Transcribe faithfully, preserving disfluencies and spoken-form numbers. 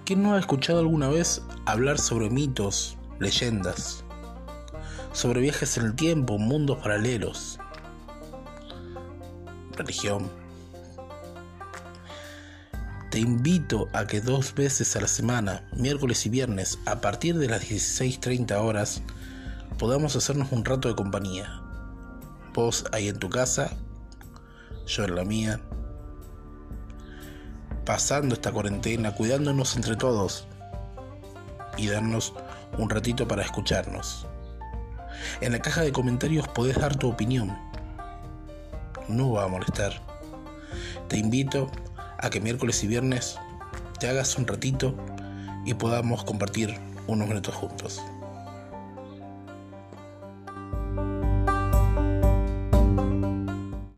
¿Quién no ha escuchado alguna vez hablar sobre mitos, leyendas, sobre viajes en el tiempo, mundos paralelos, religión? Te invito a que dos veces a la semana, miércoles y viernes, a partir de las dieciséis treinta horas, podamos hacernos un rato de compañía. Vos ahí en tu casa, yo en la mía, pasando esta cuarentena, cuidándonos entre todos y darnos un ratito para escucharnos. En la caja de comentarios podés dar tu opinión, no va a molestar. Te invito a que miércoles y viernes te hagas un ratito y podamos compartir unos minutos juntos.